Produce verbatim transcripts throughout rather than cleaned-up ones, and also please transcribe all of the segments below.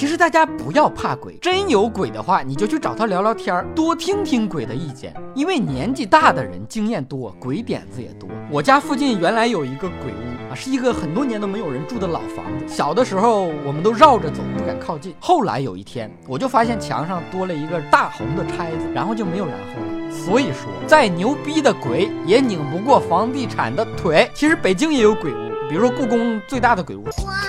其实大家不要怕鬼，真有鬼的话，你就去找他聊聊天，多听听鬼的意见。因为年纪大的人经验多，鬼点子也多。我家附近原来有一个鬼屋啊，是一个很多年都没有人住的老房子。小的时候我们都绕着走，不敢靠近。后来有一天，我就发现墙上多了一个大红的拆子，然后就没有然后了。所以说，再牛逼的鬼也拧不过房地产的腿。其实北京也有鬼屋，比如说故宫最大的鬼屋。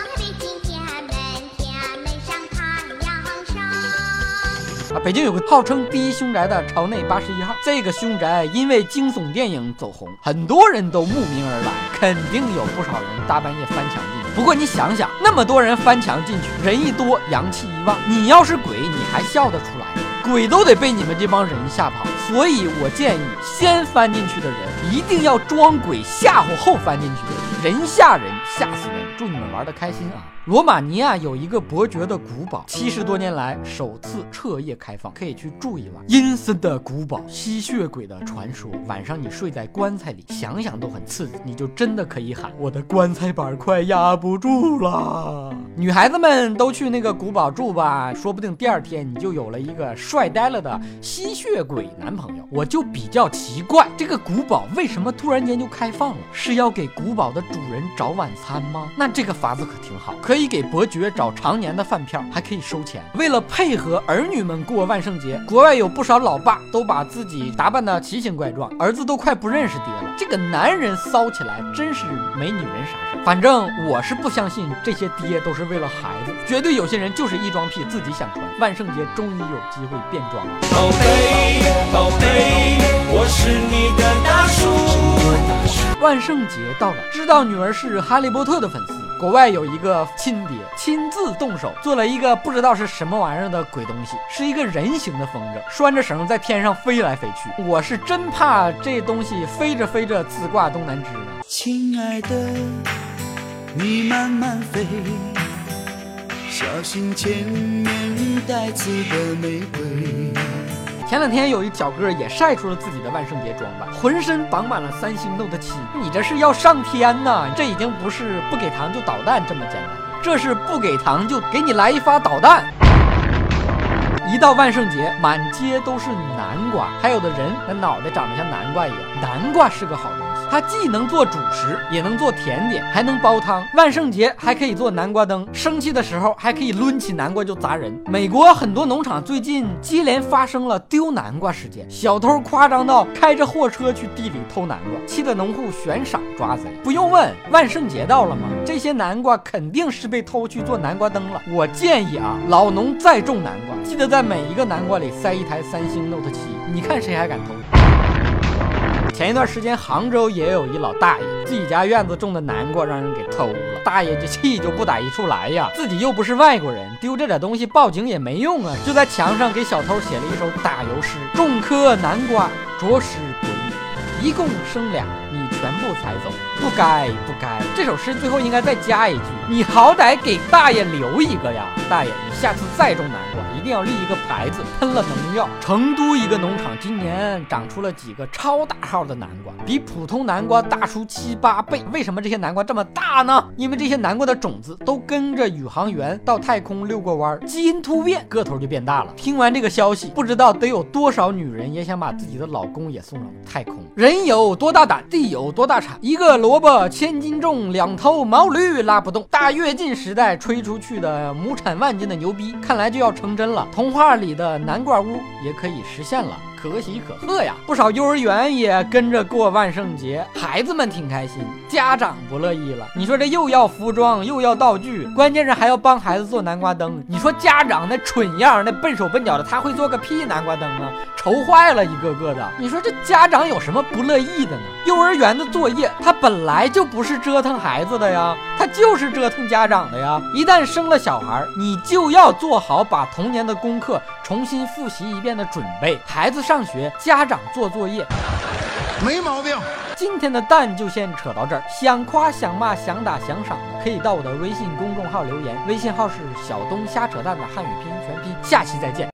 啊，北京有个号称第一凶宅的朝内八十一号，这个凶宅因为惊悚电影走红，很多人都慕名而来，肯定有不少人大半夜翻墙进去。不过你想想，那么多人翻墙进去，人一多，阳气一旺，你要是鬼，你还笑得出来吗？鬼都得被你们这帮人吓跑。所以我建议，先翻进去的人一定要装鬼吓唬后翻进去的人，人吓人，吓死人。祝你们玩得开心啊！罗马尼亚有一个伯爵的古堡，七十多年来首次彻夜开放，可以去住一晚。阴森的古堡，吸血鬼的传说，晚上你睡在棺材里，想想都很刺激，你就真的可以喊我的棺材板快压不住了。女孩子们都去那个古堡住吧，说不定第二天你就有了一个帅呆了的吸血鬼男朋友。我就比较奇怪，这个古堡为什么突然间就开放了？是要给古堡的主人找晚餐吗？那这个法子可挺好，可以给伯爵找常年的饭票，还可以收钱。为了配合儿女们过万圣节，国外有不少老爸都把自己打扮得奇形怪状，儿子都快不认识爹了。这个男人骚起来真是没女人啥事。反正我是不相信这些爹都是为了孩子，绝对有些人就是异装癖，自己想穿。万圣节终于有机会变装了。 宝贝宝贝，我是你的大叔。 万圣节到了，知道女儿是哈利波特的粉丝，国外有一个亲爹亲自动手做了一个不知道是什么玩意儿的鬼东西，是一个人形的风筝，拴着绳在天上飞来飞去。我是真怕这东西飞着飞着自挂东南枝呢。 亲爱的，你慢慢飞，小心前面带刺的玫瑰。 前两天有一小哥也晒出了自己的万圣节装扮，浑身绑满了三星豆的漆。你这是要上天呐！这已经不是不给糖就捣蛋这么简单，这是不给糖就给你来一发导弹。一到万圣节，满街都是南瓜，还有的人那脑袋长得像南瓜一样。南瓜是个好东西，它既能做主食，也能做甜点，还能煲汤。万圣节还可以做南瓜灯，生气的时候还可以抡起南瓜就砸人。美国很多农场最近接连发生了丢南瓜事件，小偷夸张到开着货车去地里偷南瓜，气得农户悬赏抓贼。不用问，万圣节到了吗？这些南瓜肯定是被偷去做南瓜灯了。我建议啊，老农再种南瓜，记得在每一个南瓜里塞一台三星 Note 七，你看谁还敢偷？前一段时间杭州也有一老大爷，自己家院子种的南瓜让人给偷了，大爷这气就不打一处来呀，自己又不是外国人，丢这点东西报警也没用啊，就在墙上给小偷写了一首打油诗：种棵南瓜，着实不易，一共生俩，你全部采走，不该不该。这首诗最后应该再加一句：你好歹给大爷留一个呀，大爷你下次再种南瓜一定要立一个牌子，喷了农药。成都一个农场今年长出了几个超大号的南瓜，比普通南瓜大出七八倍。为什么这些南瓜这么大呢？因为这些南瓜的种子都跟着宇航员到太空溜过弯，基因突变，个头就变大了。听完这个消息，不知道得有多少女人也想把自己的老公也送上太空。人有多大胆，地有多大产，一个萝卜千斤重，两头毛驴拉不动。大跃进时代吹出去的亩产万斤的牛逼，看来就要成真了，童话里的南瓜屋也可以实现了，可喜可贺呀！不少幼儿园也跟着过万圣节，孩子们挺开心，家长不乐意了。你说这又要服装又要道具，关键是还要帮孩子做南瓜灯。你说家长那蠢样，那笨手笨脚的，他会做个屁南瓜灯啊？愁坏了一个个的。你说这家长有什么不乐意的呢？幼儿园的作业它本来就不是折腾孩子的呀，它就是折腾家长的呀。一旦生了小孩，你就要做好把童年的功课重新复习一遍的准备。孩子上学，家长做作业， 没毛病。 今天的蛋就先扯到这儿，想夸想骂想打想赏的可以到我的微信公众号留言，微信号是小东瞎扯淡的汉语拼音全拼，下期再见。